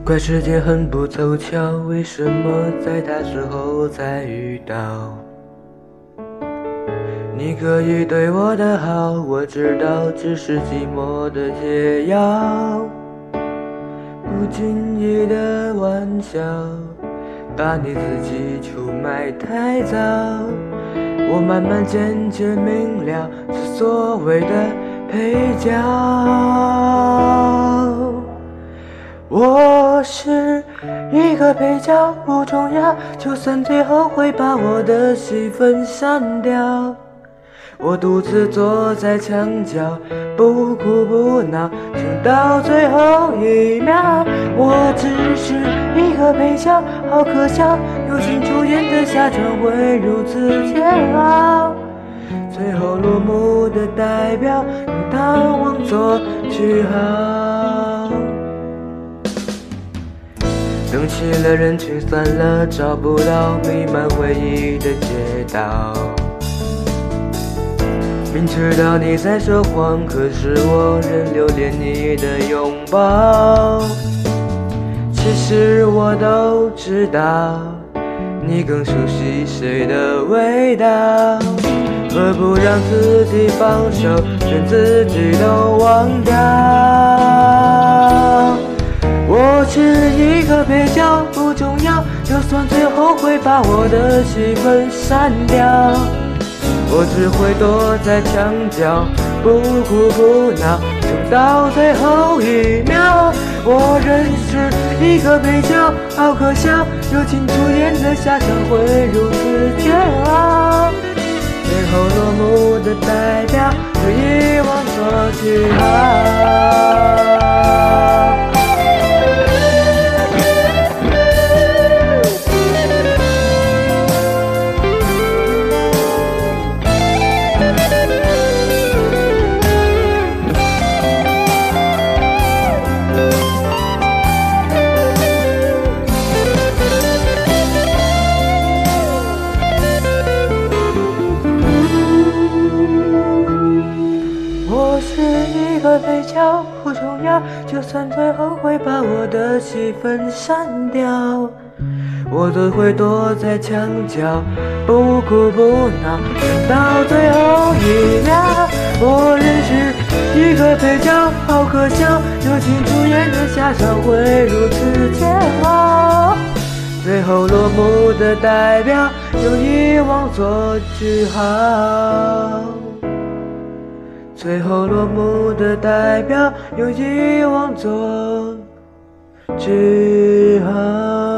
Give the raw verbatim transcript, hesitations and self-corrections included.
怪世界很不凑巧，为什么在他时候才遇到？你可以对我的好，我知道只是寂寞的解药。不经意的玩笑，把你自己出卖太早。我慢慢渐渐明了，是所谓的配角。我是一个配角，不重要，就算最后会把我的戏份删掉。我独自坐在墙角，不哭不闹，听到最后一秒。我只是一个配角，好可笑，友情出演的下场会如此煎熬。最后落幕的代表，用逃亡做句号。等起了人群散了，找不到弥漫回忆的街道。明知道你在说谎，可是我仍留恋你的拥抱。其实我都知道，你更熟悉谁的味道。何不让自己放手，连自己都忘掉？我是一个配角，不重要，就算最后会把我的戏份删掉。我只会躲在墙角，不哭不闹，撑到最后一秒。我仍是一个配角，好可笑，友情出演的下场会如此煎熬。最后落幕的代表，用遗忘做句号。配角不重要，就算最后会把我的戏份删掉。我都会躲在墙角，不哭不闹，撑到最后一秒。我仍是一个配角，好可笑，友情出演的下场会如此煎熬。最后落幕的代表，用遗忘做句号。最后落幕的代表，用遗忘做句号。